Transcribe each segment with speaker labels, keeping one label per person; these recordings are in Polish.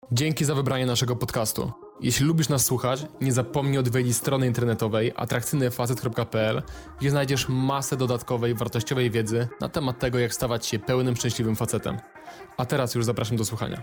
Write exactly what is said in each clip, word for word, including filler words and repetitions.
Speaker 1: Dzięki za wybranie naszego podcastu. Jeśli lubisz nas słuchać, nie zapomnij odwiedzić strony internetowej atrakcyjny facet kropka p l, gdzie znajdziesz masę dodatkowej, wartościowej wiedzy na temat tego, jak stawać się pełnym, szczęśliwym facetem. A teraz już zapraszam do słuchania.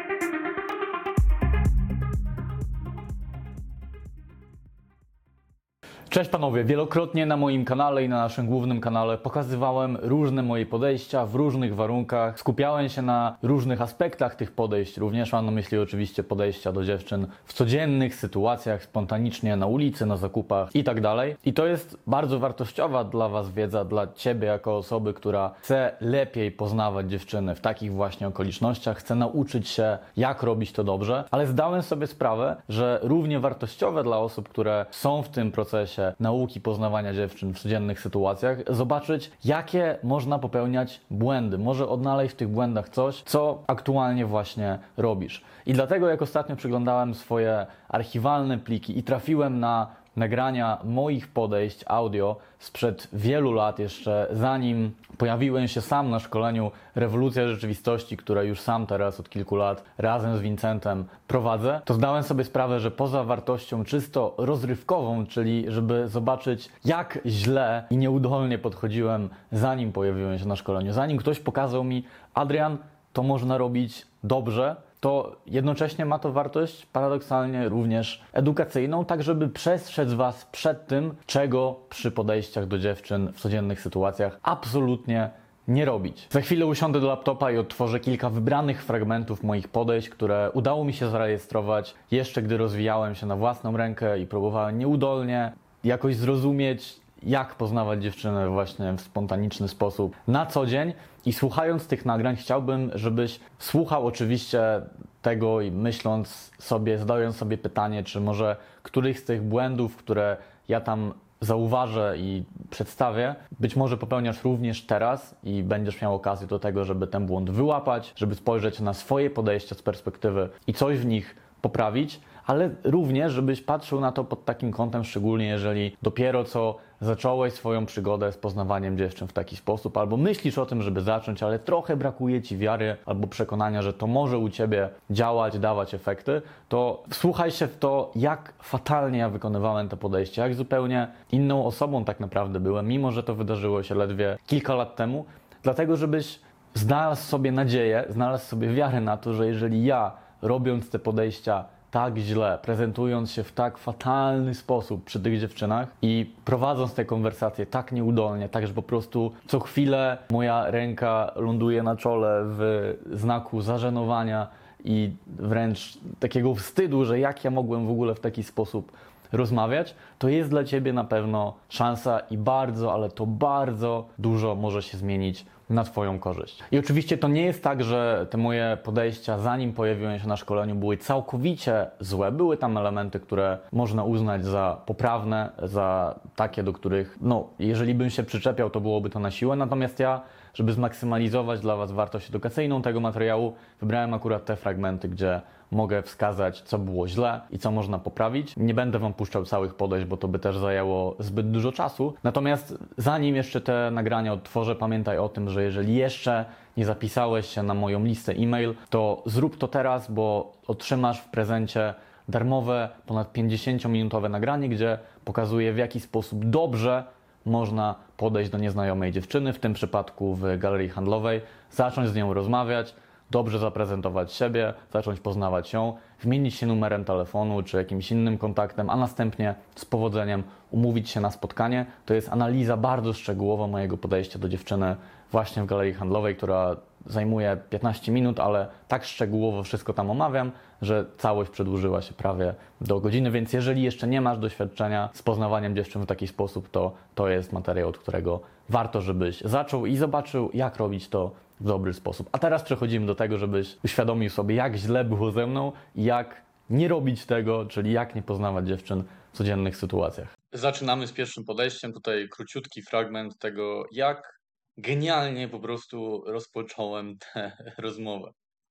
Speaker 2: Cześć panowie, wielokrotnie na moim kanale i na naszym głównym kanale pokazywałem różne moje podejścia w różnych warunkach. Skupiałem się na różnych aspektach tych podejść, również mam na myśli oczywiście podejścia do dziewczyn w codziennych sytuacjach, spontanicznie na ulicy, na zakupach i tak dalej. I to jest bardzo wartościowa dla was wiedza, dla ciebie jako osoby, która chce lepiej poznawać dziewczyny w takich właśnie okolicznościach, chce nauczyć się, jak robić to dobrze, ale zdałem sobie sprawę, że równie wartościowe dla osób, które są w tym procesie nauki poznawania dziewczyn w codziennych sytuacjach, zobaczyć, jakie można popełniać błędy. Może odnaleźć w tych błędach coś, co aktualnie właśnie robisz. I dlatego, jak ostatnio przeglądałem swoje archiwalne pliki i trafiłem na nagrania moich podejść audio sprzed wielu lat, jeszcze zanim pojawiłem się sam na szkoleniu Rewolucja Rzeczywistości, które już sam teraz od kilku lat razem z Vincentem prowadzę, to zdałem sobie sprawę, że poza wartością czysto rozrywkową, czyli żeby zobaczyć, jak źle i nieudolnie podchodziłem, zanim pojawiłem się na szkoleniu, zanim ktoś pokazał mi: Adrian, to można robić dobrze, to jednocześnie ma to wartość paradoksalnie również edukacyjną, tak żeby przestrzec was przed tym, czego przy podejściach do dziewczyn w codziennych sytuacjach absolutnie nie robić. Za chwilę usiądę do laptopa i odtworzę kilka wybranych fragmentów moich podejść, które udało mi się zarejestrować jeszcze gdy rozwijałem się na własną rękę i próbowałem nieudolnie jakoś zrozumieć, jak poznawać dziewczynę właśnie w spontaniczny sposób na co dzień. I słuchając tych nagrań chciałbym, żebyś słuchał oczywiście tego i myśląc sobie, zadając sobie pytanie, czy może któryś z tych błędów, które ja tam zauważę i przedstawię, być może popełniasz również teraz i będziesz miał okazję do tego, żeby ten błąd wyłapać, żeby spojrzeć na swoje podejścia z perspektywy i coś w nich poprawić, ale również, żebyś patrzył na to pod takim kątem, szczególnie jeżeli dopiero co zacząłeś swoją przygodę z poznawaniem dziewczyn w taki sposób, albo myślisz o tym, żeby zacząć, ale trochę brakuje ci wiary albo przekonania, że to może u ciebie działać, dawać efekty, to wsłuchaj się w to, jak fatalnie ja wykonywałem to podejście, jak zupełnie inną osobą tak naprawdę byłem, mimo że to wydarzyło się ledwie kilka lat temu, dlatego żebyś znalazł sobie nadzieję, znalazł sobie wiarę na to, że jeżeli ja, robiąc te podejścia tak źle, prezentując się w tak fatalny sposób przy tych dziewczynach i prowadząc te konwersacje tak nieudolnie, tak, że po prostu co chwilę moja ręka ląduje na czole w znaku zażenowania i wręcz takiego wstydu, że jak ja mogłem w ogóle w taki sposób rozmawiać, to jest dla ciebie na pewno szansa i bardzo, ale to bardzo dużo może się zmienić na twoją korzyść. I oczywiście to nie jest tak, że te moje podejścia, zanim pojawiłem się na szkoleniu, były całkowicie złe. Były tam elementy, które można uznać za poprawne, za takie, do których, no, jeżeli bym się przyczepiał, to byłoby to na siłę. Natomiast ja, żeby zmaksymalizować dla was wartość edukacyjną tego materiału, wybrałem akurat te fragmenty, gdzie mogę wskazać, co było źle i co można poprawić. Nie będę wam puszczał całych podejść, bo to by też zajęło zbyt dużo czasu. Natomiast zanim jeszcze te nagrania odtworzę, pamiętaj o tym, że jeżeli jeszcze nie zapisałeś się na moją listę e-mail, to zrób to teraz, bo otrzymasz w prezencie darmowe, ponad pięćdziesięciominutowe nagranie, gdzie pokazuję, w jaki sposób dobrze można podejść do nieznajomej dziewczyny, w tym przypadku w galerii handlowej, zacząć z nią rozmawiać, dobrze zaprezentować siebie, zacząć poznawać ją, wymienić się numerem telefonu czy jakimś innym kontaktem, a następnie z powodzeniem umówić się na spotkanie. To jest analiza bardzo szczegółowa mojego podejścia do dziewczyny właśnie w galerii handlowej, która zajmuje piętnaście minut, ale tak szczegółowo wszystko tam omawiam, że całość przedłużyła się prawie do godziny, więc jeżeli jeszcze nie masz doświadczenia z poznawaniem dziewczyn w taki sposób, to to jest materiał, od którego warto, żebyś zaczął i zobaczył, jak robić to w dobry sposób. A teraz przechodzimy do tego, żebyś uświadomił sobie, jak źle było ze mną i jak nie robić tego, czyli jak nie poznawać dziewczyn w codziennych sytuacjach. Zaczynamy z pierwszym podejściem. Tutaj króciutki fragment tego, jak genialnie po prostu rozpocząłem tę rozmowę.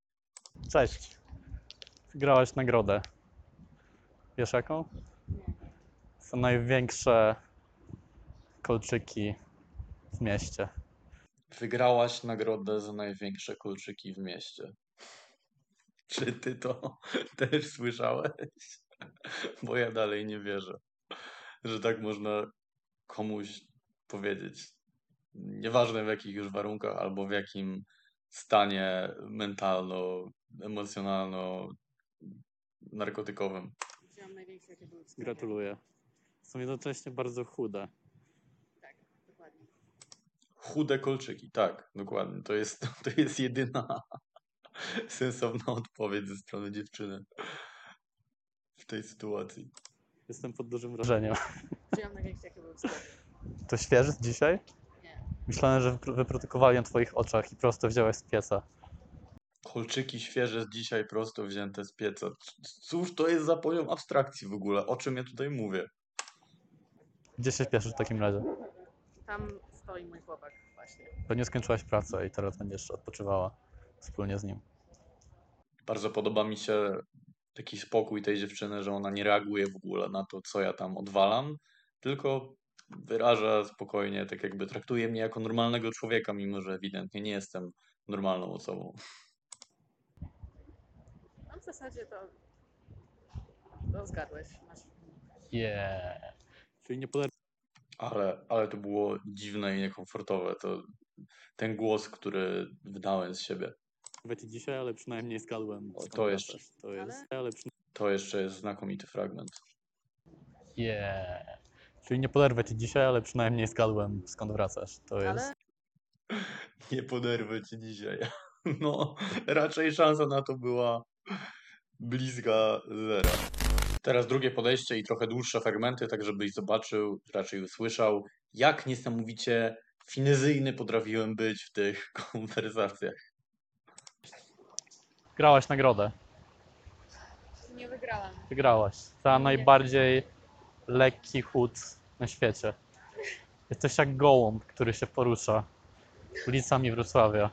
Speaker 3: Cześć. Wygrałaś nagrodę. Wiesz jaką? Są największe kolczyki w mieście.
Speaker 2: Wygrałaś nagrodę za największe kolczyki w mieście.
Speaker 4: Czy ty to też słyszałeś? Bo ja dalej nie wierzę, że tak można komuś powiedzieć. Nieważne w jakich już warunkach albo w jakim stanie mentalno-emocjonalno-narkotykowym.
Speaker 5: Wziąłam największe, jakie były w sklepie.
Speaker 3: Gratuluję. Są jednocześnie bardzo chude.
Speaker 5: Tak, dokładnie.
Speaker 4: Chude kolczyki, tak, dokładnie. To jest, to jest jedyna sensowna odpowiedź ze strony dziewczyny w tej sytuacji.
Speaker 3: Jestem pod dużym wrażeniem.
Speaker 5: Wziąłam największe, jakie były w sklepie.
Speaker 3: To świeży z dzisiaj?
Speaker 5: Nie.
Speaker 3: Myślałem, że wypro- wyprodukowali na twoich oczach i prosto wziąłeś z pieca.
Speaker 4: Kolczyki świeże z dzisiaj prosto wzięte z pieca. C- Cóż to jest za poziom abstrakcji w ogóle? O czym ja tutaj mówię?
Speaker 3: Gdzie się śpieszysz w takim razie?
Speaker 5: Tam stoi mój chłopak właśnie.
Speaker 3: Pewnie skończyłaś pracę i teraz będziesz odpoczywała wspólnie z nim.
Speaker 4: Bardzo podoba mi się taki spokój tej dziewczyny, że ona nie reaguje w ogóle na to, co ja tam odwalam, tylko wyraża spokojnie, tak jakby traktuje mnie jako normalnego człowieka, mimo że ewidentnie nie jestem normalną osobą.
Speaker 5: No w zasadzie to... To zgadłeś. Masz...
Speaker 3: Yeah. Czyli nie poder...
Speaker 4: Ale, ale to było dziwne i niekomfortowe. To ten głos, który wydałem z siebie.
Speaker 3: ci dzisiaj, ale przynajmniej zgadłem.
Speaker 4: O,
Speaker 3: skąd
Speaker 4: to jeszcze.
Speaker 3: wracasz. To jest...
Speaker 5: Ale-
Speaker 3: Ale przy...
Speaker 4: To jeszcze jest znakomity fragment.
Speaker 3: Yeah. Czyli nie poderwę ci dzisiaj, ale przynajmniej zgadłem skąd wracasz. To jest...
Speaker 5: Ale
Speaker 4: Nie poderwę cię dzisiaj. No, raczej szansa na to była bliska zera. Teraz drugie podejście i trochę dłuższe fragmenty, tak żebyś zobaczył, raczej usłyszał, jak niesamowicie finezyjny potrafiłem być w tych konwersacjach.
Speaker 3: Grałaś nagrodę.
Speaker 5: nie wygrałam.
Speaker 3: Wygrałaś. Za
Speaker 5: Nie.
Speaker 3: najbardziej lekki chód na świecie. Jesteś jak gołąb, który się porusza ulicami Wrocławia.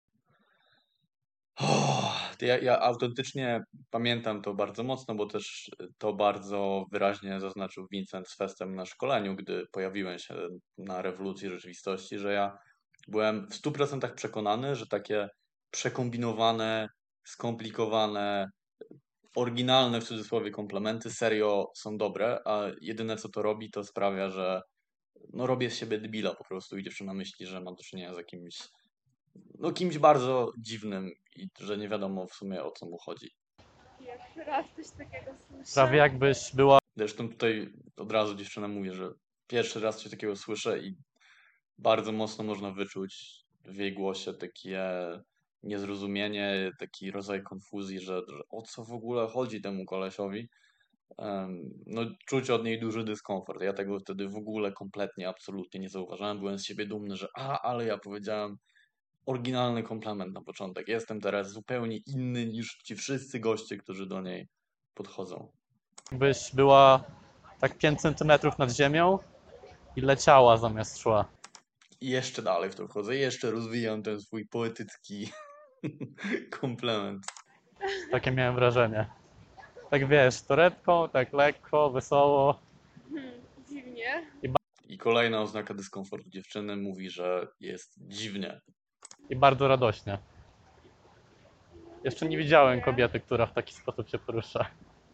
Speaker 4: Oh, ja, ja autentycznie pamiętam to bardzo mocno, bo też to bardzo wyraźnie zaznaczył Vincent z Festem na szkoleniu, gdy pojawiłem się na rewolucji rzeczywistości, że ja byłem w stu procentach przekonany, że takie przekombinowane, skomplikowane, oryginalne w cudzysłowie komplementy serio są dobre, a jedyne co to robi, to sprawia, że no robię z siebie debila po prostu i dziewczyna myśli, że mam do czynienia z jakimś no kimś bardzo dziwnym i że nie wiadomo w sumie o co mu chodzi.
Speaker 5: Pierwszy raz coś takiego słyszę.
Speaker 3: Prawie jakbyś była
Speaker 4: Zresztą tutaj od razu dziewczyna mówi, że pierwszy raz coś takiego słyszę i bardzo mocno można wyczuć w jej głosie takie niezrozumienie, taki rodzaj konfuzji, że, że o co w ogóle chodzi temu kolesiowi. Em, No, czuć od niej duży dyskomfort. Ja tego wtedy w ogóle kompletnie, absolutnie nie zauważałem. Byłem z siebie dumny, że a, ale ja powiedziałem oryginalny komplement na początek. Jestem teraz zupełnie inny niż ci wszyscy goście, którzy do niej podchodzą.
Speaker 3: jakbyś była tak pięć centymetrów nad ziemią i leciała zamiast szła.
Speaker 4: I jeszcze dalej w to wchodzę, jeszcze rozwijam ten swój poetycki komplement.
Speaker 3: Takie miałem wrażenie. Tak wiesz, torebką, tak lekko, wesoło.
Speaker 5: Hmm, dziwnie.
Speaker 4: I kolejna oznaka dyskomfortu dziewczyny mówi, że jest dziwnie.
Speaker 3: I bardzo radośnie. Jeszcze nie widziałem kobiety, która w taki sposób się porusza.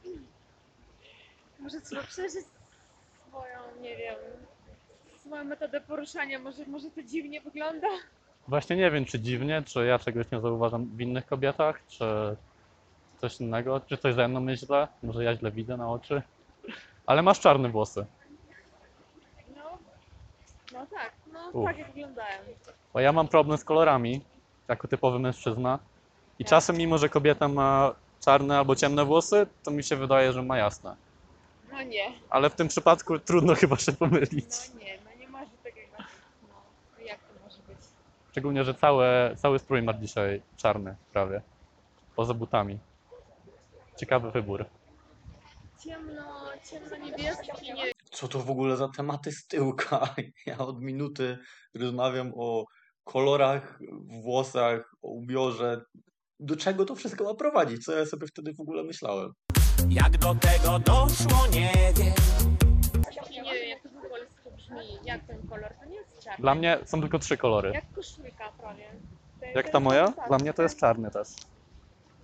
Speaker 5: Może trzeba przeżyć swoją, nie wiem, swoją metodę poruszania. Może, może to dziwnie wygląda?
Speaker 3: Właśnie nie wiem, czy dziwnie, czy ja czegoś nie zauważam w innych kobietach, czy coś innego, czy coś ze mną myślę. Może ja źle widzę na oczy. Ale masz czarne włosy.
Speaker 5: No, no tak, no
Speaker 3: Uf.
Speaker 5: tak jak wyglądają.
Speaker 3: Bo ja mam problem z kolorami, jako typowy mężczyzna. I czasem, mimo że kobieta ma czarne albo ciemne włosy, to mi się wydaje, że ma jasne.
Speaker 5: No nie,
Speaker 3: Ale w tym przypadku trudno chyba się pomylić.
Speaker 5: no nie, no nie może takiego. No, jak to może być?
Speaker 3: Szczególnie, że całe, cały strój ma dzisiaj czarny prawie. Poza butami. Ciekawy wybór.
Speaker 5: Ciemno, ciemno-niebieski, nie
Speaker 4: Co to w ogóle za tematy z tyłka? Ja od minuty rozmawiam o kolorach, włosach, o ubiorze. Do czego to wszystko ma prowadzić? Co ja sobie wtedy w ogóle myślałem?
Speaker 6: Jak do tego doszło, nie wiem.
Speaker 5: I nie wiem, jak to po polsku brzmi, jak ten kolor, to nie jest czarny.
Speaker 3: Dla mnie są tylko trzy kolory.
Speaker 5: Jak koszulka prawie. To-
Speaker 3: Jak
Speaker 5: to
Speaker 3: ta
Speaker 5: jest
Speaker 3: moja?
Speaker 5: tak,
Speaker 3: Dla mnie to jest czarny też.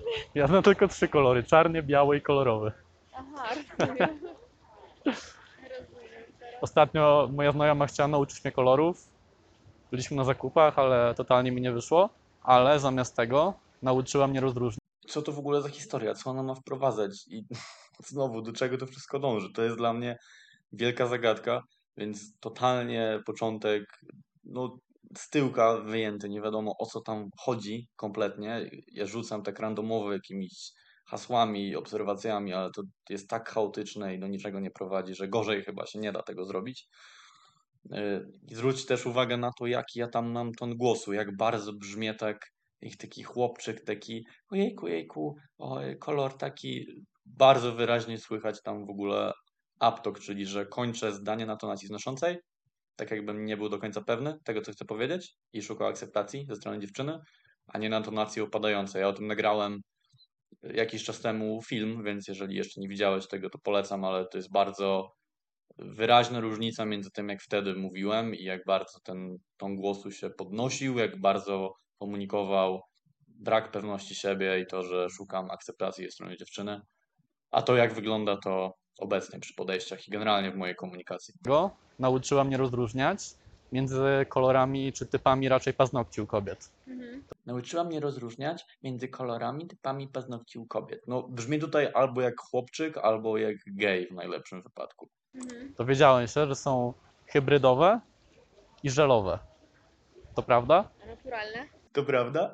Speaker 3: Ja znam tylko trzy kolory, czarny, biały i kolorowy.
Speaker 5: Aha, rozumiem. Rozumiem teraz.
Speaker 3: Ostatnio moja znajoma chciała nauczyć mnie kolorów. Byliśmy na zakupach, ale totalnie mi nie wyszło. Ale zamiast tego nauczyła mnie rozróżnić.
Speaker 4: Co to w ogóle za historia? Co ona ma wprowadzać? I znowu, do czego to wszystko dąży? To jest dla mnie wielka zagadka, więc totalnie początek, no z tyłka wyjęty, nie wiadomo o co tam chodzi kompletnie. Ja rzucam tak randomowo jakimiś hasłami, obserwacjami, ale to jest tak chaotyczne i do niczego nie prowadzi, że gorzej chyba się nie da tego zrobić. Yy, I zwróć też uwagę na to, jaki ja tam mam ton głosu, jak bardzo brzmię tak, jak taki chłopczyk, taki ojejku, jejku, oj, kolor taki, bardzo wyraźnie słychać tam w ogóle uptok, czyli że kończę zdanie na tonacji znoszącej, tak jakbym nie był do końca pewny tego, co chcę powiedzieć i szukał akceptacji ze strony dziewczyny, a nie na tonacji opadającej. Ja o tym nagrałem jakiś czas temu film, więc jeżeli jeszcze nie widziałeś tego, to polecam, ale to jest bardzo wyraźna różnica między tym, jak wtedy mówiłem i jak bardzo ten ton głosu się podnosił, jak bardzo komunikował brak pewności siebie i to, że szukam akceptacji ze strony dziewczyny, a to jak wygląda to obecnie przy podejściach i generalnie w mojej komunikacji.
Speaker 3: Go nauczyła mnie rozróżniać między kolorami czy typami raczej paznokci u kobiet.
Speaker 5: Mhm.
Speaker 4: Nauczyła mnie rozróżniać między kolorami, typami paznokci u kobiet. No brzmi tutaj albo jak chłopczyk, albo jak gej w najlepszym wypadku.
Speaker 5: Mhm.
Speaker 3: Dowiedziałem się, że są hybrydowe i żelowe. To prawda?
Speaker 5: A naturalne?
Speaker 4: To prawda?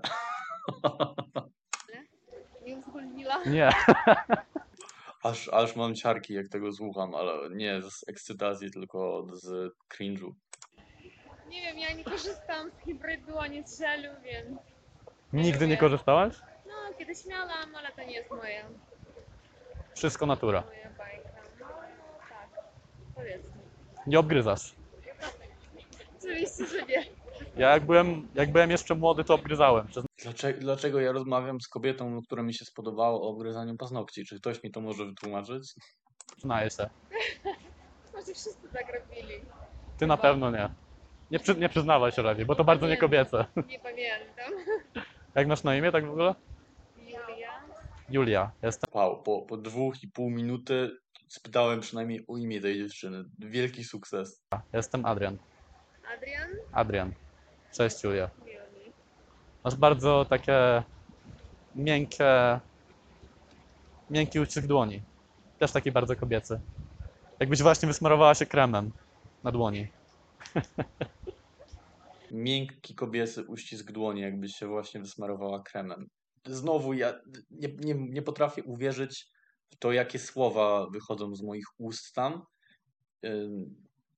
Speaker 5: Nie uzgodniła?
Speaker 3: Nie.
Speaker 4: Aż, aż mam ciarki, jak tego słucham, ale nie z ekscytacji, tylko z cringe'u.
Speaker 5: Nie wiem, ja nie korzystam z hybrydu ani z żelu, więc
Speaker 3: Nigdy nie korzystałaś?
Speaker 5: no kiedyś miałam, ale to nie jest moja,
Speaker 3: Wszystko natura.
Speaker 5: moja bajka. No, no tak, powiedzmy.
Speaker 3: Nie obgryzasz.
Speaker 5: Oczywiście, że nie.
Speaker 3: Ja jak byłem, jak byłem jeszcze młody, to obgryzałem. Przez...
Speaker 4: Dlaczego, dlaczego ja rozmawiam z kobietą, która mi się spodobała o obgryzaniu paznokci? Czy ktoś mi to może wytłumaczyć?
Speaker 3: Przyznaję się.
Speaker 5: Może wszyscy tak robili.
Speaker 3: Ty na pewno nie. Nie, przy, nie przyznawaj się lepiej, bo to bardzo nie kobiece.
Speaker 5: Nie pamiętam.
Speaker 3: Jak masz na imię tak w ogóle?
Speaker 5: Julia?
Speaker 3: Julia. Jestem.
Speaker 4: Wow, po, po dwóch i pół minuty spytałem przynajmniej o imię tej dziewczyny. Wielki sukces.
Speaker 3: Jestem Adrian.
Speaker 5: Adrian?
Speaker 3: Adrian. Cześć Julia.
Speaker 5: Miło mi.
Speaker 3: Masz bardzo takie miękkie, miękki uścisk dłoni. Też taki bardzo kobiecy. Jakbyś właśnie wysmarowała się kremem na dłoni.
Speaker 4: Miękki kobiecy uścisk dłoni, jakbyś się właśnie wysmarowała kremem. Znowu ja nie, nie, nie potrafię uwierzyć w to, jakie słowa wychodzą z moich ust tam. Ym,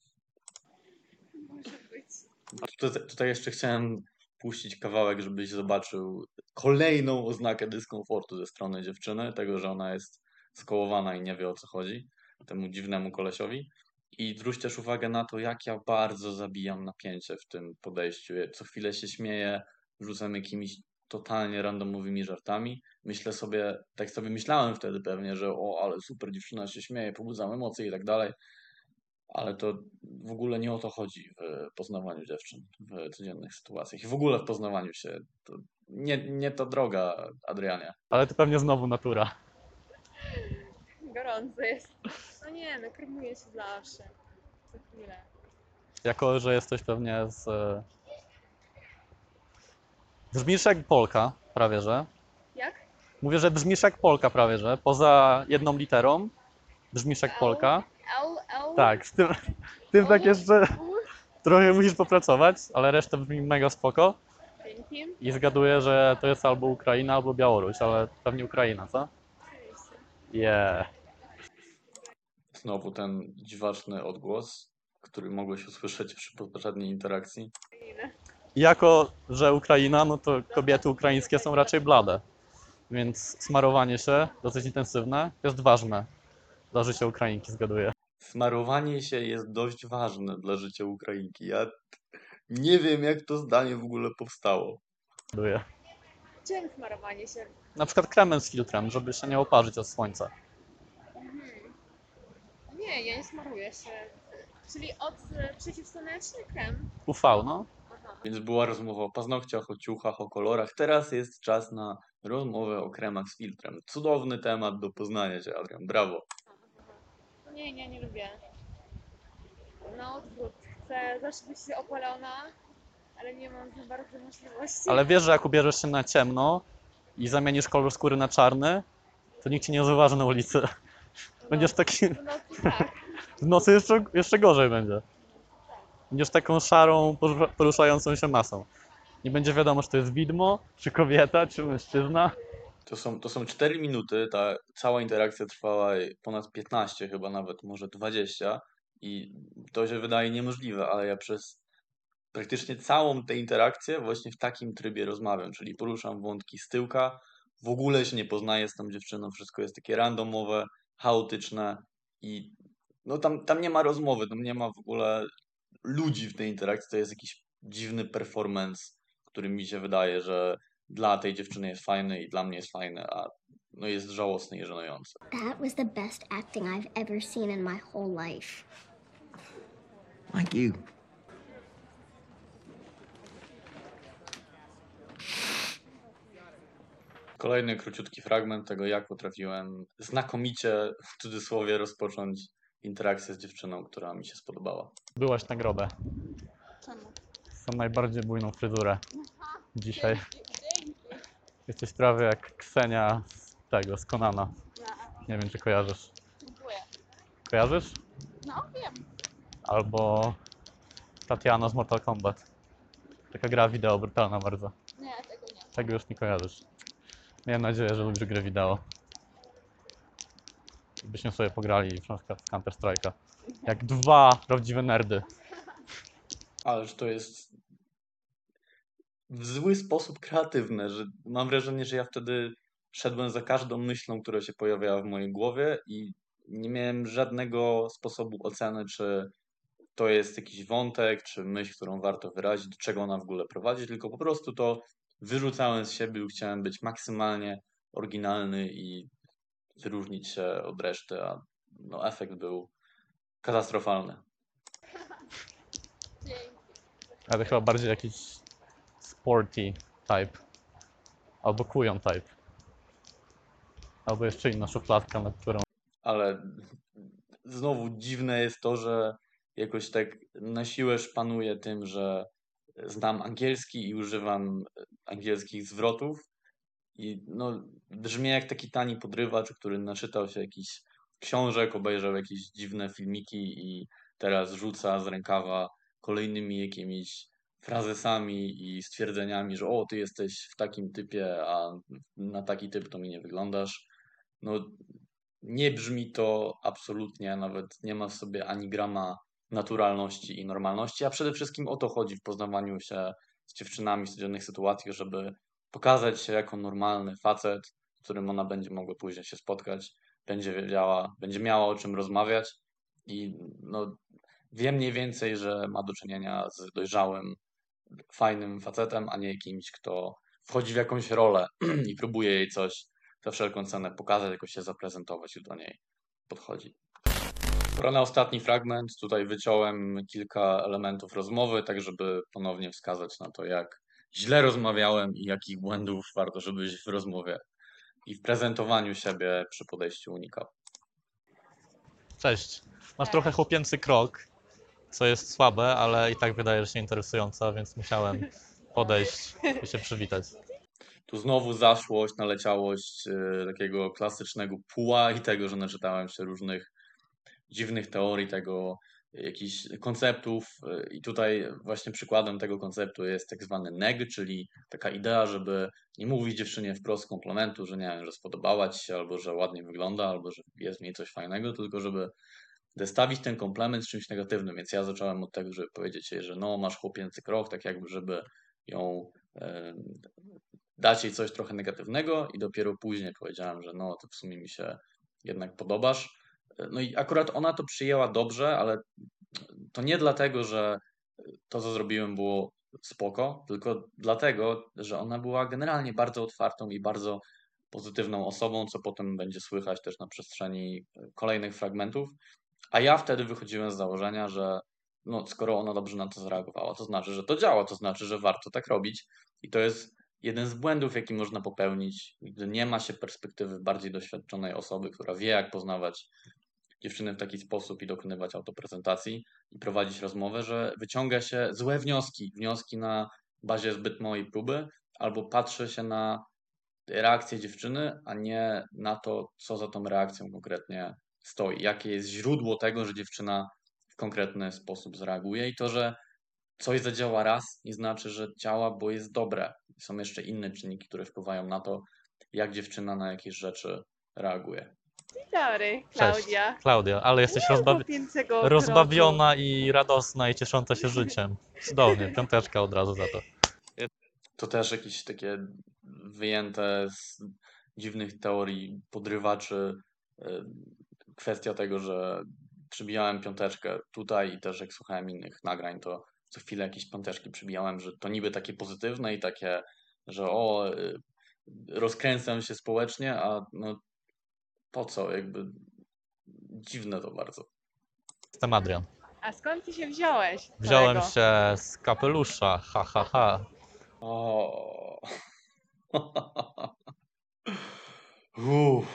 Speaker 5: Może być.
Speaker 4: Tutaj, tutaj jeszcze chciałem puścić kawałek, żebyś zobaczył kolejną oznakę dyskomfortu ze strony dziewczyny, tego, że ona jest skołowana i nie wie o co chodzi, temu dziwnemu kolesiowi. I zwróć też uwagę na to, jak ja bardzo zabijam napięcie w tym podejściu. Co chwilę się śmieję, rzucam jakimiś totalnie randomowymi żartami. Myślę sobie, tak sobie myślałem wtedy pewnie, że o, ale super, dziewczyna się śmieje, pobudzam emocje i tak dalej. Ale to w ogóle nie o to chodzi w poznawaniu dziewczyn w codziennych sytuacjach i w ogóle w poznawaniu się. To nie, nie ta droga, Adrianie.
Speaker 3: Ale to pewnie znowu natura.
Speaker 5: Gorąco jest. No nie, no kremuje się zawsze. Co chwilę.
Speaker 3: Jako, że jesteś pewnie z... Brzmisz jak Polka, prawie że.
Speaker 5: Jak?
Speaker 3: Mówię, że brzmisz jak Polka prawie że. Poza jedną literą brzmisz jak Polka.
Speaker 5: L, L?
Speaker 3: Tak, z tym, tym tak
Speaker 5: U?
Speaker 3: jeszcze
Speaker 5: U?
Speaker 3: trochę musisz popracować, ale reszta brzmi mega spoko.
Speaker 5: Dzięki.
Speaker 3: I zgaduję, że to jest albo Ukraina, albo Białoruś, ale pewnie Ukraina, co?
Speaker 5: Oczywiście.
Speaker 3: Yeah.
Speaker 4: Znowu ten dziwaczny odgłos, który mogłeś usłyszeć przy poprzedniej interakcji.
Speaker 5: Fajne.
Speaker 3: Jako, że Ukraina, no to kobiety ukraińskie są raczej blade. Więc smarowanie się, dosyć intensywne, jest ważne dla życia Ukrainki, zgaduję.
Speaker 4: Smarowanie się jest dość ważne dla życia Ukrainki. Ja nie wiem, jak to zdanie w ogóle powstało.
Speaker 3: zgaduję.
Speaker 5: Czym smarowanie się?
Speaker 3: Na przykład kremem z filtrem, żeby się nie oparzyć od słońca.
Speaker 5: Mhm. Nie, ja nie smaruję się. Czyli od e, przeciwsłoneczny krem?
Speaker 3: U V, no.
Speaker 5: Aha.
Speaker 4: Więc była rozmowa o paznokciach, o ciuchach, o kolorach. Teraz jest czas na rozmowę o kremach z filtrem. Cudowny temat do poznania cię, Adrian. Brawo.
Speaker 5: Nie, nie, nie lubię. Na odwrót. Chcę zawsze być opalona, ale nie mam za bardzo możliwości.
Speaker 3: Ale wiesz, że jak ubierzesz się na ciemno i zamienisz kolor skóry na czarny, to nikt cię nie zauważy na ulicy. Będziesz taki...
Speaker 5: W nocy tak.
Speaker 3: W nocy jeszcze, jeszcze gorzej będzie. Będziesz taką szarą, porusza- poruszającą się masą. Nie będzie wiadomo, czy to jest widmo, czy kobieta, czy mężczyzna.
Speaker 4: To są, to są cztery minuty, ta cała interakcja trwała ponad piętnaście, chyba nawet, może dwadzieścia i to się wydaje niemożliwe, ale ja przez praktycznie całą tę interakcję właśnie w takim trybie rozmawiam, czyli poruszam wątki z tyłka, w ogóle się nie poznaję z tą dziewczyną, wszystko jest takie randomowe, chaotyczne i no tam, tam nie ma rozmowy, tam nie ma w ogóle ludzi w tej interakcji, to jest jakiś dziwny performance, który mi się wydaje, że dla tej dziewczyny jest fajny i dla mnie jest fajny, a no jest żałosny i żenujący.
Speaker 7: That was the best acting I've ever seen in my whole life.
Speaker 6: Like you.
Speaker 4: Kolejny króciutki fragment tego, jak potrafiłem znakomicie, w cudzysłowie, rozpocząć interakcję z dziewczyną, która mi się spodobała.
Speaker 3: Byłaś na grobę.
Speaker 5: Czemu?
Speaker 3: Są najbardziej bujną fryzurę dzisiaj. Jesteś prawie jak Ksenia z tego, z Conana. Nie wiem, czy kojarzysz.
Speaker 5: Dziękuję.
Speaker 3: Kojarzysz?
Speaker 5: No, wiem.
Speaker 3: Albo Tatiana z Mortal Kombat. Taka gra wideo brutalna bardzo.
Speaker 5: Nie, tego nie.
Speaker 3: Tego już nie kojarzysz. Miałem nadzieję, że lubisz gry wideo. Byśmy sobie pograli na przykład w Counter Strike'a. Jak dwa prawdziwe nerdy.
Speaker 4: Ależ to jest w zły sposób kreatywne, że mam wrażenie, że ja wtedy szedłem za każdą myślą, która się pojawiała w mojej głowie i nie miałem żadnego sposobu oceny, czy to jest jakiś wątek, czy myśl, którą warto wyrazić, do czego ona w ogóle prowadzi, tylko po prostu to wyrzucałem z siebie i chciałem być maksymalnie oryginalny i wyróżnić się od reszty, a no, efekt był katastrofalny.
Speaker 5: Dzięki.
Speaker 3: Ale chyba bardziej jakiś sporty type. Albo kujon type. Albo jeszcze inna szufladka, nad którą
Speaker 4: Ale znowu dziwne jest to, że jakoś tak na siłę szpanuję tym, że znam angielski i używam angielskich zwrotów i no, brzmię jak taki tani podrywacz, który naczytał się jakichś książek, obejrzał jakieś dziwne filmiki i teraz rzuca z rękawa kolejnymi jakimiś frazesami i stwierdzeniami, że o, ty jesteś w takim typie, a na taki typ to mi nie wyglądasz. No, nie brzmi to absolutnie, nawet nie ma w sobie ani grama naturalności i normalności, a przede wszystkim o to chodzi w poznawaniu się z dziewczynami w codziennych sytuacjach, żeby pokazać się jako normalny facet, z którym ona będzie mogła później się spotkać, będzie wiedziała, będzie miała o czym rozmawiać i no, wie mniej więcej, że ma do czynienia z dojrzałym, fajnym facetem, a nie kimś, kto wchodzi w jakąś rolę i próbuje jej coś za wszelką cenę pokazać, jakoś się zaprezentować i do niej podchodzi. Pora na ostatni fragment. Tutaj wyciąłem kilka elementów rozmowy, tak żeby ponownie wskazać na to, jak źle rozmawiałem i jakich błędów warto, żebyś w rozmowie i w prezentowaniu siebie przy podejściu unikał.
Speaker 3: Cześć. Masz trochę chłopięcy krok, co jest słabe, ale i tak wydajesz się interesująca, więc musiałem podejść i się przywitać.
Speaker 4: Tu znowu zaszłość, naleciałość yy, takiego klasycznego puła i tego, że naczytałem się różnych dziwnych teorii tego, jakichś konceptów yy, i tutaj właśnie przykładem tego konceptu jest tak zwany neg, czyli taka idea, żeby nie mówić dziewczynie wprost komplementu, że nie wiem, że spodobała ci się, albo że ładnie wygląda, albo że jest w niej coś fajnego, tylko żeby zestawić ten komplement z czymś negatywnym, więc ja zacząłem od tego, żeby powiedzieć jej, że no masz chłopięcy krok, tak jakby żeby ją yy, dać jej coś trochę negatywnego i dopiero później powiedziałem, że no to w sumie mi się jednak podobasz. No i akurat ona to przyjęła dobrze, ale to nie dlatego, że to, co zrobiłem, było spoko, tylko dlatego, że ona była generalnie bardzo otwartą i bardzo pozytywną osobą, co potem będzie słychać też na przestrzeni kolejnych fragmentów. A ja wtedy wychodziłem z założenia, że no skoro ona dobrze na to zareagowała, to znaczy, że to działa, to znaczy, że warto tak robić i to jest jeden z błędów, jaki można popełnić, gdy nie ma się perspektywy bardziej doświadczonej osoby, która wie, jak poznawać dziewczyny w taki sposób i dokonywać autoprezentacji i prowadzić rozmowę, że wyciąga się złe wnioski, wnioski na bazie zbyt małej próby, albo patrzy się na reakcję dziewczyny, a nie na to, co za tą reakcją konkretnie stoi, jakie jest źródło tego, że dziewczyna w konkretny sposób zareaguje i to, że coś zadziała raz, nie znaczy, że działa, bo jest dobre. Są jeszcze inne czynniki, które wpływają na to, jak dziewczyna na jakieś rzeczy reaguje.
Speaker 5: Dzień dobry,
Speaker 3: Cześć,
Speaker 5: Klaudia.
Speaker 3: Klaudia, ale jesteś
Speaker 5: Nie
Speaker 3: rozbawi
Speaker 5: chłopięcego
Speaker 3: rozbawiona i radosna i ciesząca się życiem. Cudownie, piąteczka od razu za to.
Speaker 4: To też jakieś takie wyjęte z dziwnych teorii podrywaczy y, kwestia tego, że przybijałem piąteczkę tutaj i też jak słuchałem innych nagrań, to co chwilę jakieś piąteczki przybijałem, że to niby takie pozytywne i takie, że o, y, rozkręcam się społecznie, a no po co, jakby dziwne to bardzo.
Speaker 3: Jestem Adrian.
Speaker 5: A skąd ty się wziąłeś?
Speaker 3: Wziąłem
Speaker 5: kolego?
Speaker 3: się z kapelusza, ha ha ha.
Speaker 4: O. Uff.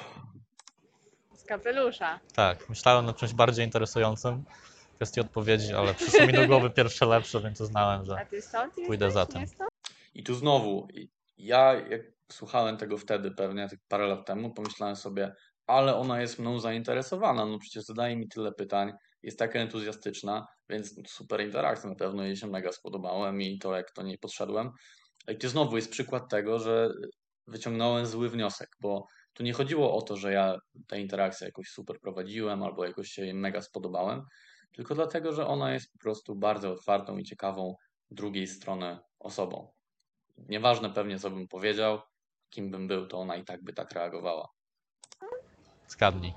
Speaker 5: Z kapelusza.
Speaker 3: Tak, myślałem nad czymś bardziej interesującym w kwestii odpowiedzi, ale przyszło mi do głowy pierwsze lepsze, więc uznałem,
Speaker 5: A
Speaker 3: że
Speaker 5: ty stąd
Speaker 3: pójdę
Speaker 5: jesteś?
Speaker 3: za tym.
Speaker 5: Nie stąd?
Speaker 4: I tu znowu, ja jak słuchałem tego wtedy pewnie, tak parę lat temu, pomyślałem sobie, ale ona jest mną zainteresowana, no przecież zadaje mi tyle pytań, jest taka entuzjastyczna, więc super interakcja, na pewno jej się mega spodobałem i to jak do niej podszedłem. I tu znowu jest przykład tego, że wyciągnąłem zły wniosek, bo tu nie chodziło o to, że ja tę interakcję jakoś super prowadziłem albo jakoś się jej mega spodobałem, tylko dlatego, że ona jest po prostu bardzo otwartą i ciekawą drugiej strony osobą. Nieważne pewnie, co bym powiedział, kim bym był, to ona i tak by tak reagowała.
Speaker 3: Zgadnij.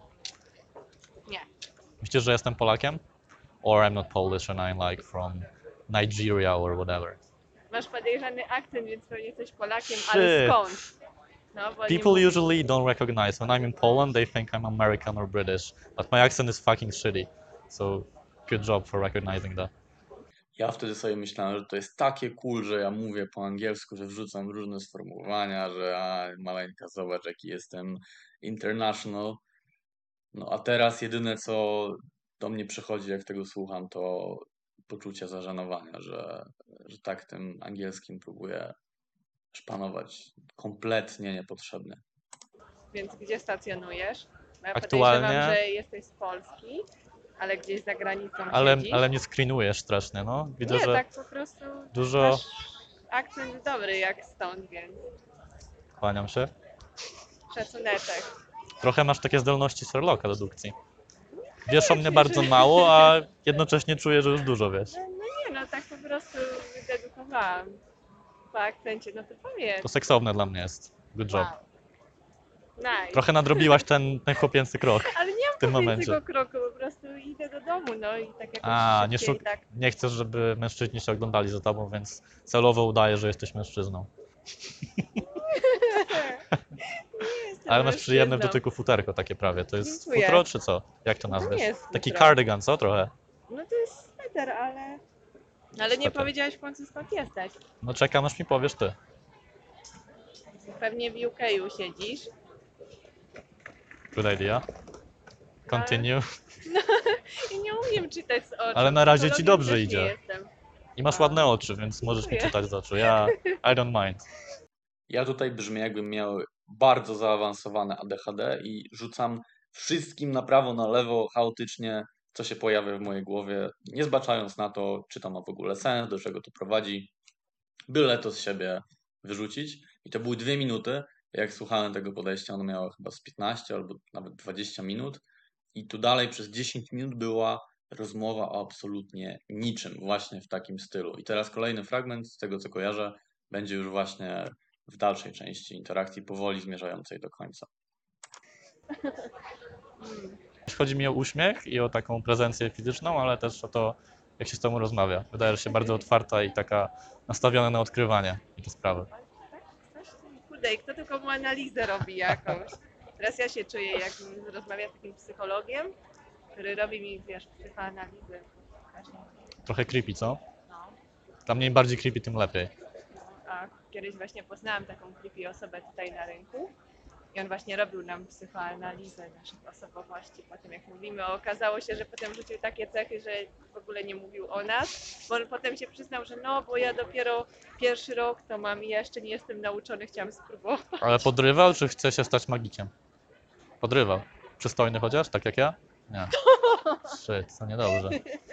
Speaker 5: Nie.
Speaker 3: Myślisz, że jestem Polakiem? Or I'm not Polish and I'm like from Nigeria or whatever.
Speaker 5: Masz podejrzany akcent, więc pewnie jesteś Polakiem,
Speaker 3: Shit.
Speaker 5: ale skąd? No, bo nie
Speaker 3: People
Speaker 5: mówisz.
Speaker 3: usually don't recognize when I'm in Poland, they think I'm American or British, but my accent is fucking shitty. So good job for recognizing that.
Speaker 4: Ja wtedy sobie myślałem, że to jest takie cool, że ja mówię po angielsku, że wrzucam różne sformułowania, że a, maleńka, zobacz jaki jestem international. No a teraz jedyne, co do mnie przychodzi, jak tego słucham, to poczucie zażenowania, że, że tak tym angielskim próbuję szpanować. Kompletnie niepotrzebnie.
Speaker 5: Więc gdzie stacjonujesz? Bo ja
Speaker 3: Aktualnie-
Speaker 5: podejrzewam, że jesteś z Polski, ale gdzieś za granicą
Speaker 3: Ale,
Speaker 5: siedzisz.
Speaker 3: ale mnie screenujesz strasznie, no. Widzę,
Speaker 5: Nie,
Speaker 3: że
Speaker 5: tak po prostu
Speaker 3: dużo-
Speaker 5: masz akcent dobry jak stąd, więc
Speaker 3: kłaniam się.
Speaker 5: szacuneczek.
Speaker 3: Trochę masz takie zdolności Sherlocka dedukcji. Wiesz o mnie bardzo mało, a jednocześnie czuję, że już dużo wiesz.
Speaker 5: No, no nie, no tak po prostu dedukowałam. Po akcencie, no to powiedz.
Speaker 3: To seksowne dla mnie jest. Good job.
Speaker 5: Wow. Nice.
Speaker 3: Trochę nadrobiłaś ten, ten chłopięcy krok.
Speaker 5: Ale nie mam
Speaker 3: tym
Speaker 5: chłopięcego
Speaker 3: momencie.
Speaker 5: kroku, po prostu idę do domu, no i tak jakoś
Speaker 3: A, nie,
Speaker 5: szybciej,
Speaker 3: szuk-
Speaker 5: tak.
Speaker 3: nie chcesz, żeby mężczyźni się oglądali za tobą, więc celowo udaję, że jesteś mężczyzną.
Speaker 5: Nie jestem
Speaker 3: Ale masz przyjemne w
Speaker 5: mężczyzną.
Speaker 3: dotyku futerko takie prawie. To jest
Speaker 5: Dziękuję.
Speaker 3: futro czy co? Jak to
Speaker 5: To
Speaker 3: nazwiesz?
Speaker 5: nie jest
Speaker 3: Taki
Speaker 5: futro.
Speaker 3: cardigan, co trochę?
Speaker 5: No to jest sweter, ale... Ale nie
Speaker 3: Sweter.
Speaker 5: powiedziałeś w końcu skąd jesteś.
Speaker 3: No czekam aż mi powiesz ty.
Speaker 5: Pewnie w U K u siedzisz.
Speaker 3: Good idea. Continue.
Speaker 5: I nie umiem czytać z oczu.
Speaker 3: Ale na razie ci
Speaker 5: Psychologiem
Speaker 3: dobrze
Speaker 5: też
Speaker 3: idzie.
Speaker 5: Nie jestem.
Speaker 3: I masz
Speaker 5: A.
Speaker 3: ładne oczy, więc możesz mi
Speaker 5: Dziękuję.
Speaker 3: czytać z oczu. Ja I don't mind.
Speaker 4: Ja tutaj brzmię, jakbym miał bardzo zaawansowane A D H D i rzucam wszystkim na prawo, na lewo, chaotycznie, co się pojawia w mojej głowie, nie zbaczając na to, czy to ma w ogóle sens, do czego to prowadzi, byle to z siebie wyrzucić. I to były dwie minuty. Jak słuchałem tego podejścia, ono miało chyba z piętnaście albo nawet dwadzieścia minut. I tu dalej przez dziesięć minut była rozmowa o absolutnie niczym, właśnie w takim stylu. I teraz kolejny fragment z tego, co kojarzę, będzie już właśnie w dalszej części interakcji, powoli zmierzającej do końca.
Speaker 5: Mm.
Speaker 3: Chodzi mi o uśmiech i o taką prezencję fizyczną, ale też o to, jak się z tobą rozmawia. Wydaje się bardzo otwarta i taka nastawiona na odkrywanie i te sprawy.
Speaker 5: Coś kurde, i kto tylko mu analizę robi jakąś. Teraz ja się czuję, jak rozmawiam z takim psychologiem, który robi mi, wiesz, psychoanalizę.
Speaker 3: Trochę creepy, co?
Speaker 5: No.
Speaker 3: Dla mnie im bardziej creepy, tym lepiej.
Speaker 5: A kiedyś właśnie poznałam taką creepy osobę tutaj na rynku i on właśnie robił nam psychoanalizę naszych osobowości. Po tym jak mówimy, okazało się, że potem rzucił takie cechy, że w ogóle nie mówił o nas, bo on potem się przyznał, że no, bo ja dopiero pierwszy rok to mam i ja jeszcze nie jestem nauczony, chciałam spróbować.
Speaker 3: Ale podrywał, czy chce się stać magikiem? Podrywał. Przystojny chociaż, tak jak ja? Nie. Shit, to niedobrze.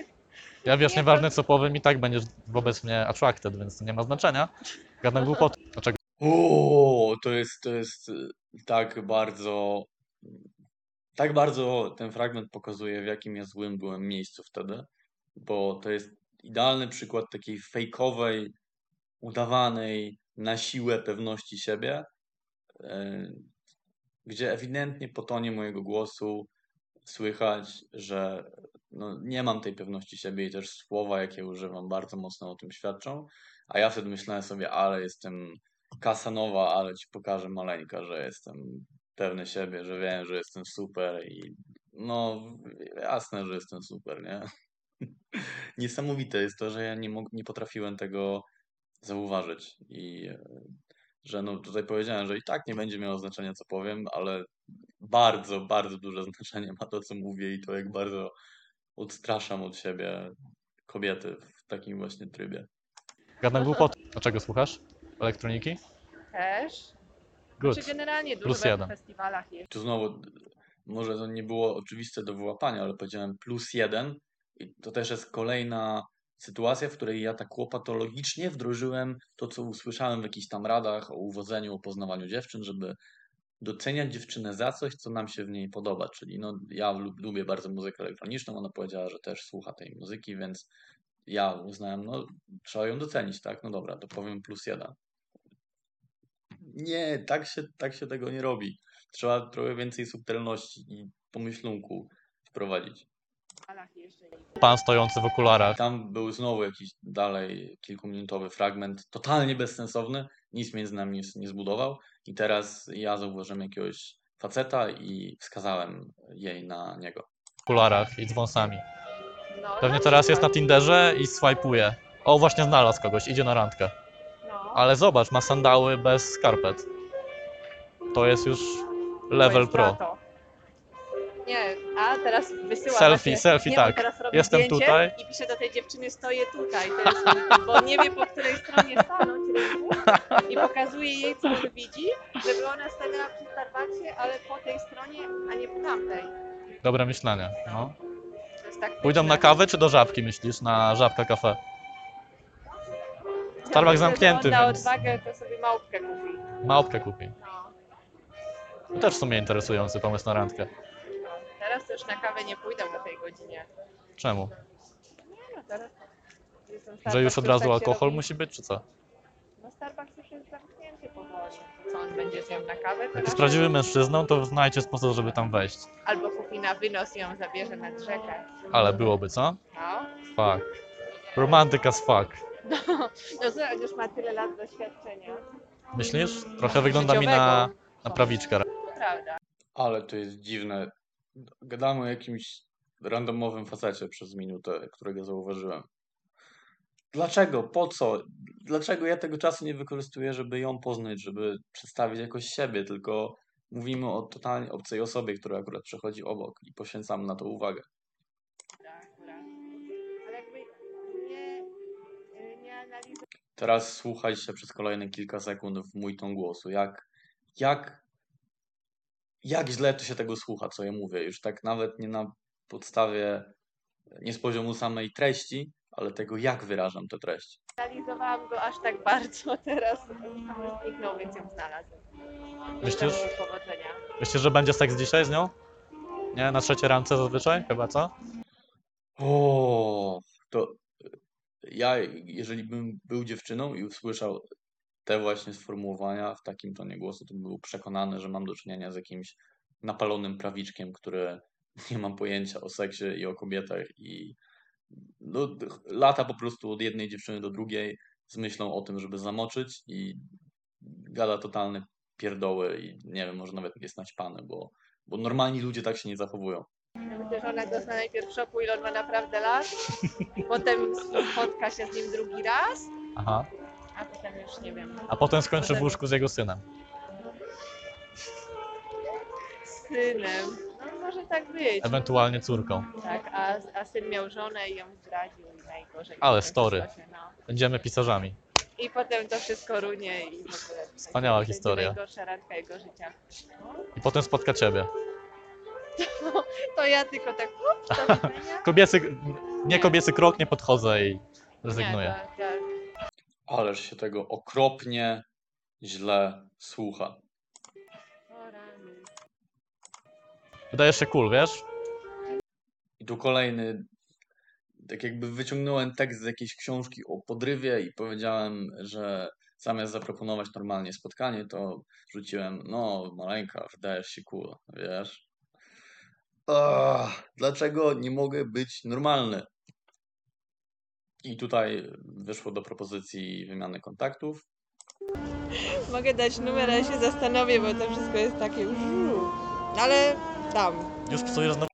Speaker 3: Ja wiesz, nieważne co powiem, i tak będziesz wobec mnie attracted, więc to nie ma znaczenia. Gadam głupoty. Dlaczego
Speaker 4: O, to jest, to jest y, tak bardzo, tak bardzo ten fragment pokazuje, w jakim ja złym byłem miejscu wtedy, bo to jest idealny przykład takiej fejkowej, udawanej na siłę pewności siebie, y, gdzie ewidentnie po tonie mojego głosu słychać, że no, nie mam tej pewności siebie i też słowa, jakie używam, bardzo mocno o tym świadczą. A ja wtedy myślałem sobie, ale jestem Kasanowa, ale ci pokażę maleńka, że jestem pewny siebie, że wiem, że jestem super i no jasne, że jestem super, nie? Niesamowite jest to, że ja nie, mog- nie potrafiłem tego zauważyć i e, że no tutaj powiedziałem, że i tak nie będzie miało znaczenia, co powiem, ale bardzo, bardzo duże znaczenie ma to, co mówię i to, jak bardzo odstraszam od siebie kobiety w takim właśnie trybie.
Speaker 3: gadam głupoty? Dlaczego słuchasz elektroniki?
Speaker 5: Też.
Speaker 3: Good.
Speaker 5: Czy generalnie dużo
Speaker 3: Plus
Speaker 5: na
Speaker 3: jeden.
Speaker 5: festiwalach jest.
Speaker 4: Tu znowu, może to nie było oczywiste do wyłapania, ale powiedziałem plus jeden i to też jest kolejna sytuacja, w której ja tak łopatologicznie wdrożyłem to, co usłyszałem w jakichś tam radach o uwodzeniu, o poznawaniu dziewczyn, żeby doceniać dziewczynę za coś, co nam się w niej podoba. Czyli no, ja lub, lubię bardzo muzykę elektroniczną, ona powiedziała, że też słucha tej muzyki, więc ja uznałem, no trzeba ją docenić, tak? No dobra, to powiem plus jeden. Nie, tak się, tak się tego nie robi. Trzeba trochę więcej subtelności i pomyślunku wprowadzić.
Speaker 5: festiwalach jeszcze nie.
Speaker 3: Pan stojący w okularach.
Speaker 4: Tam był znowu jakiś dalej kilkuminutowy fragment, totalnie bezsensowny, nic między nami nie, nie zbudował i teraz ja zauważyłem jakiegoś faceta i wskazałem jej na niego.
Speaker 3: W okularach i z wąsami.
Speaker 5: No,
Speaker 3: Pewnie
Speaker 5: na
Speaker 3: teraz jest na
Speaker 5: przykład.
Speaker 3: Tinderze i swajpuje. O, właśnie znalazł kogoś, idzie na randkę.
Speaker 5: No,
Speaker 3: Ale zobacz, ma sandały bez skarpet. To jest już
Speaker 5: to
Speaker 3: level
Speaker 5: jest
Speaker 3: pro.
Speaker 5: lato. Nie, a teraz wysyła
Speaker 3: Selfie,
Speaker 5: właśnie,
Speaker 3: selfie,
Speaker 5: nie,
Speaker 3: tak.
Speaker 5: on teraz robi
Speaker 3: Jestem
Speaker 5: zdjęcie
Speaker 3: tutaj.
Speaker 5: i pisze do tej dziewczyny, stoję tutaj, to jest, bo nie wie po której stronie stanąć rynku i pokazuje jej, co on widzi, żeby ona stanęła przy Starbucksie, ale po tej stronie, a nie po tamtej.
Speaker 3: Dobre myślenie. No.
Speaker 5: To jest tak
Speaker 3: Pójdą na kawę czy do Żabki, myślisz? Na Żabka Cafe. Starbucks zamknięty,
Speaker 5: Na
Speaker 3: więc
Speaker 5: odwagę to sobie małpkę kupi.
Speaker 3: małpkę kupi.
Speaker 5: No.
Speaker 3: To też w sumie interesujący pomysł na randkę.
Speaker 5: Teraz to już na kawę nie pójdę o tej godzinie.
Speaker 3: Czemu?
Speaker 5: Nie no, teraz jestem
Speaker 3: Że
Speaker 5: Starbucks,
Speaker 3: już od
Speaker 5: tak
Speaker 3: razu
Speaker 5: się
Speaker 3: alkohol
Speaker 5: robi.
Speaker 3: musi być, czy co?
Speaker 5: No Starbucks już jest zamknięty powoli. Co on będzie z nią na kawę? To
Speaker 3: Jak
Speaker 5: na
Speaker 3: z prawdziwym mężczyzną, to znajdźcie sposób, żeby tam wejść.
Speaker 5: Albo kupi na wynos i ją zabierze nad rzekę.
Speaker 3: Ale byłoby, co?
Speaker 5: No.
Speaker 3: Fuck. Romantic as fuck.
Speaker 5: No, no co, on już ma tyle lat doświadczenia.
Speaker 3: Myślisz? Trochę wygląda mi na, na prawiczkę.
Speaker 5: To prawda.
Speaker 4: Ale to jest dziwne. Gadamy o jakimś randomowym facecie przez minutę, którego zauważyłem. Dlaczego? Po co? Dlaczego ja tego czasu nie wykorzystuję, żeby ją poznać, żeby przedstawić jakoś siebie, tylko mówimy o totalnie obcej osobie, która akurat przechodzi obok i poświęcamy na to uwagę.
Speaker 5: Tak, tak. Ale jakby nie, nie analizuję.
Speaker 4: Teraz słuchaj się przez kolejne kilka sekund w mój ton głosu. Jak, jak, jak źle to się tego słucha, co ja mówię. Już tak nawet nie na podstawie, nie z poziomu samej treści, ale tego, jak wyrażam tę treść.
Speaker 5: Analizowałam go aż tak bardzo, teraz zniknął, więc ją znalazłem.
Speaker 3: Myślisz?
Speaker 5: Życzę mu powodzenia.
Speaker 3: Myślisz, że będzie seks dzisiaj z nią? Nie? Na trzeciej randce zazwyczaj? Chyba, co?
Speaker 4: O, to ja, jeżeli bym był dziewczyną i usłyszał te właśnie sformułowania w takim tonie głosu, to bym był przekonany, że mam do czynienia z jakimś napalonym prawiczkiem, który nie ma pojęcia o seksie i o kobietach i no, lata po prostu od jednej dziewczyny do drugiej z myślą o tym, żeby zamoczyć i gada totalne pierdoły i nie wiem, może nawet jest naćpany, bo, bo normalni ludzie tak się nie zachowują.
Speaker 5: że ona go zna najpierw w szoku, ile on ma naprawdę lat, potem spotka się z nim drugi raz,
Speaker 3: Aha.
Speaker 5: a potem już nie wiem.
Speaker 3: A potem skończy w łóżku z jego synem.
Speaker 5: Z synem. No może tak być.
Speaker 3: Ewentualnie córką.
Speaker 5: Tak, a, a syn miał żonę i ją zdradził i najgorzej.
Speaker 3: Ale
Speaker 5: w tym
Speaker 3: story.
Speaker 5: czasie, no.
Speaker 3: Będziemy pisarzami.
Speaker 5: I potem to wszystko runie i w ogóle.
Speaker 3: Wspaniała
Speaker 5: będzie
Speaker 3: historia.
Speaker 5: Najgorsza randka jego życia.
Speaker 3: I potem spotka ciebie.
Speaker 5: To ja tylko tak, ups, do widzenia.
Speaker 3: Kobiecy, nie kobiecy krok, nie podchodzę i rezygnuję.
Speaker 5: Nie, to, to,
Speaker 4: Ależ się tego okropnie źle słucha.
Speaker 5: o rany.
Speaker 3: Wydajesz się cool, wiesz?
Speaker 4: I tu kolejny, tak jakby wyciągnąłem tekst z jakiejś książki o podrywie i powiedziałem, że zamiast zaproponować normalnie spotkanie, to rzuciłem, no maleńka, wydajesz się cool, wiesz? Ach, dlaczego nie mogę być normalny? I tutaj wyszło do propozycji wymiany kontaktów.
Speaker 5: Mogę dać numer, ale się zastanowię, bo to wszystko jest takie już. Ale dam.
Speaker 3: Już psujesz znowu.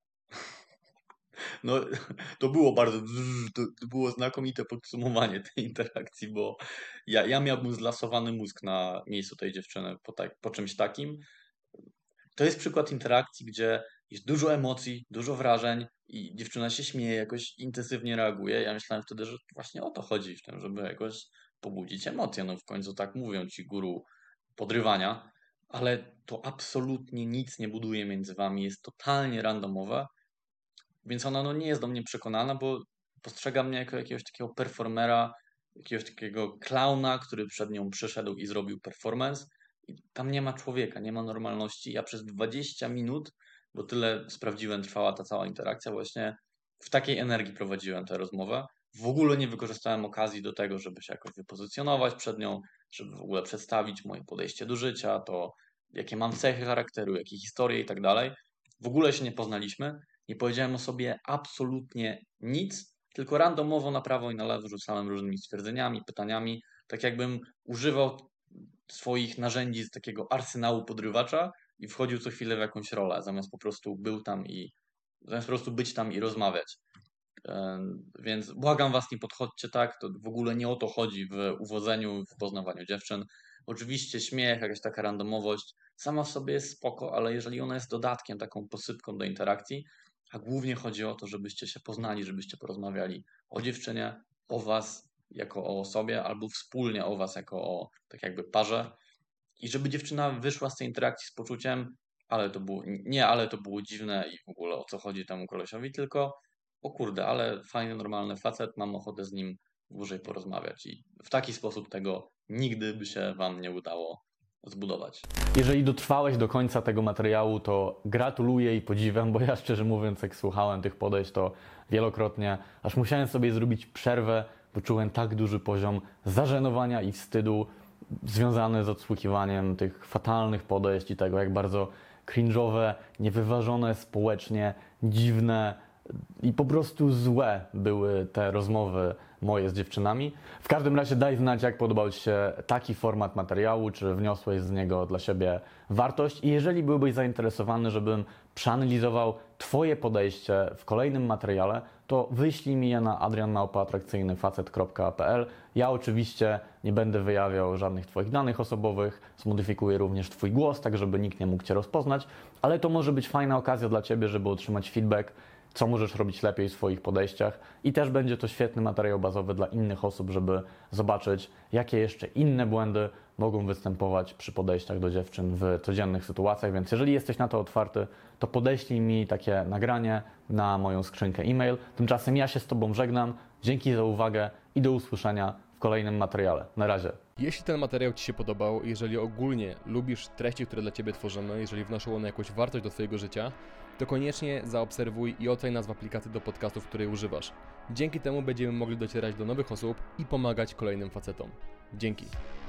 Speaker 4: No, to było bardzo, to to było znakomite podsumowanie tej interakcji, bo ja, ja miałbym zlasowany mózg na miejscu tej dziewczyny po, tak, po czymś takim. To jest przykład interakcji, gdzie jest dużo emocji, dużo wrażeń i dziewczyna się śmieje, jakoś intensywnie reaguje. Ja myślałem wtedy, że właśnie o to chodzi w tym, żeby jakoś pobudzić emocje. No w końcu tak mówią ci guru podrywania, ale to absolutnie nic nie buduje między wami, jest totalnie randomowe. Więc ona no, nie jest do mnie przekonana, bo postrzega mnie jako jakiegoś takiego performera, jakiegoś takiego klauna, który przed nią przyszedł i zrobił performance. I tam nie ma człowieka, nie ma normalności. Ja przez dwadzieścia minut, bo tyle sprawdziłem, trwała ta cała interakcja, właśnie w takiej energii prowadziłem tę rozmowę. W ogóle nie wykorzystałem okazji do tego, żeby się jakoś wypozycjonować przed nią, żeby w ogóle przedstawić moje podejście do życia, to jakie mam cechy charakteru, jakie historie i tak dalej. W ogóle się nie poznaliśmy. Nie powiedziałem o sobie absolutnie nic, tylko randomowo na prawo i na lewo rzucałem różnymi stwierdzeniami, pytaniami, tak jakbym używał swoich narzędzi z takiego arsenału podrywacza i wchodził co chwilę w jakąś rolę, zamiast po prostu był tam i zamiast po prostu być tam i rozmawiać. Więc błagam was, nie podchodźcie tak, to w ogóle nie o to chodzi w uwodzeniu, w poznawaniu dziewczyn. Oczywiście śmiech, jakaś taka randomowość sama w sobie jest spoko, ale jeżeli ona jest dodatkiem, taką posypką do interakcji, a głównie chodzi o to, żebyście się poznali, żebyście porozmawiali o dziewczynie, o was jako o osobie, albo wspólnie o was jako o tak jakby parze i żeby dziewczyna wyszła z tej interakcji z poczuciem, ale to było, nie, ale to było dziwne i w ogóle o co chodzi temu kolesiowi, tylko o kurde, ale fajny, normalny facet, mam ochotę z nim dłużej porozmawiać i w taki sposób tego nigdy by się wam nie udało zbudować.
Speaker 2: Jeżeli dotrwałeś do końca tego materiału, to gratuluję i podziwiam, bo ja szczerze mówiąc, jak słuchałem tych podejść, to wielokrotnie aż musiałem sobie zrobić przerwę, bo czułem tak duży poziom zażenowania i wstydu związany z odsłuchiwaniem tych fatalnych podejść i tego, jak bardzo cringe'owe, niewyważone społecznie, dziwne i po prostu złe były te rozmowy moje z dziewczynami. W każdym razie daj znać, jak podobał Ci się taki format materiału, czy wniosłeś z niego dla siebie wartość i jeżeli byłbyś zainteresowany, żebym przeanalizował Twoje podejście w kolejnym materiale, to wyślij mi je na adrian małpa atrakcyjny facet kropka p l. Ja oczywiście nie będę wyjawiał żadnych Twoich danych osobowych, zmodyfikuję również Twój głos, tak żeby nikt nie mógł Cię rozpoznać, ale to może być fajna okazja dla Ciebie, żeby otrzymać feedback, co możesz robić lepiej w swoich podejściach i też będzie to świetny materiał bazowy dla innych osób, żeby zobaczyć, jakie jeszcze inne błędy mogą występować przy podejściach do dziewczyn w codziennych sytuacjach, więc jeżeli jesteś na to otwarty, to podeślij mi takie nagranie na moją skrzynkę e-mail. Tymczasem ja się z Tobą żegnam, dzięki za uwagę i do usłyszenia w kolejnym materiale. Na razie.
Speaker 1: Jeśli ten materiał Ci się podobał, jeżeli ogólnie lubisz treści, które dla Ciebie tworzymy, jeżeli wnoszą one jakąś wartość do Twojego życia, to koniecznie zaobserwuj i oceń nas w aplikacji do podcastów, której używasz. Dzięki temu będziemy mogli docierać do nowych osób i pomagać kolejnym facetom. Dzięki.